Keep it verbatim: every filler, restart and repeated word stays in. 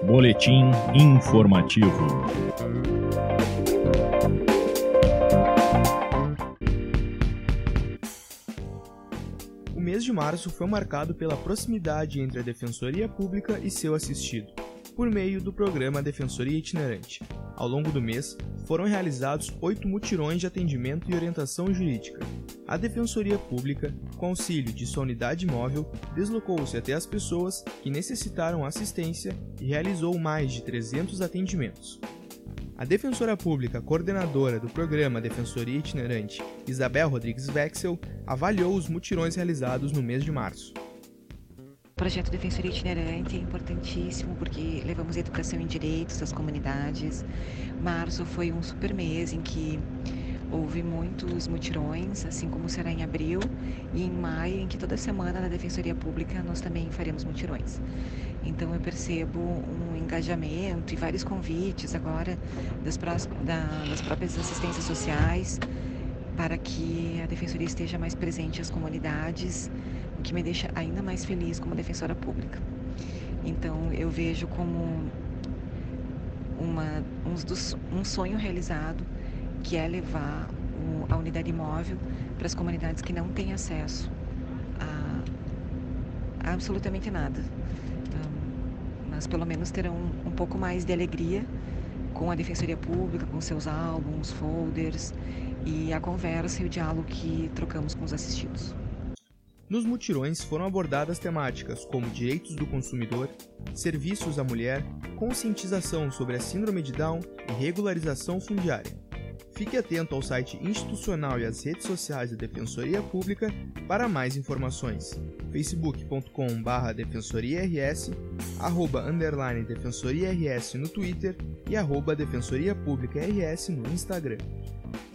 Boletim informativo. O mês de março foi marcado pela proximidade entre a Defensoria Pública e seu assistido, por meio do programa Defensoria Itinerante. Ao longo do mês, foram realizados oito mutirões de atendimento e orientação jurídica. A Defensoria Pública, com auxílio de sua unidade móvel, deslocou-se até as pessoas que necessitaram assistência e realizou mais de trezentos atendimentos. A Defensora Pública, coordenadora do programa Defensoria Itinerante, Isabel Rodrigues Wexel, avaliou os mutirões realizados no mês de março. O projeto Defensoria Itinerante é importantíssimo porque levamos educação em direitos às comunidades. Março foi um super mês em que houve muitos mutirões, assim como será em abril, e em maio, em que toda semana na Defensoria Pública nós também faremos mutirões. Então eu percebo um engajamento e vários convites agora das, prós- da, das próprias assistências sociais para que a Defensoria esteja mais presente às comunidades, o que me deixa ainda mais feliz como defensora pública. Então eu vejo como uma, um, dos, um sonho realizado, que é levar o, a unidade móvel para as comunidades que não têm acesso a, a absolutamente nada. Um, mas pelo menos terão um, um pouco mais de alegria com a Defensoria Pública, com seus álbuns, folders e a conversa e o diálogo que trocamos com os assistidos. Nos mutirões foram abordadas temáticas como direitos do consumidor, serviços à mulher, conscientização sobre a síndrome de Down e regularização fundiária. Fique atento ao site institucional e às redes sociais da Defensoria Pública para mais informações. facebook ponto com barra defensoriars, arroba underline defensoriars no Twitter e arroba defensoriapública rs no Instagram.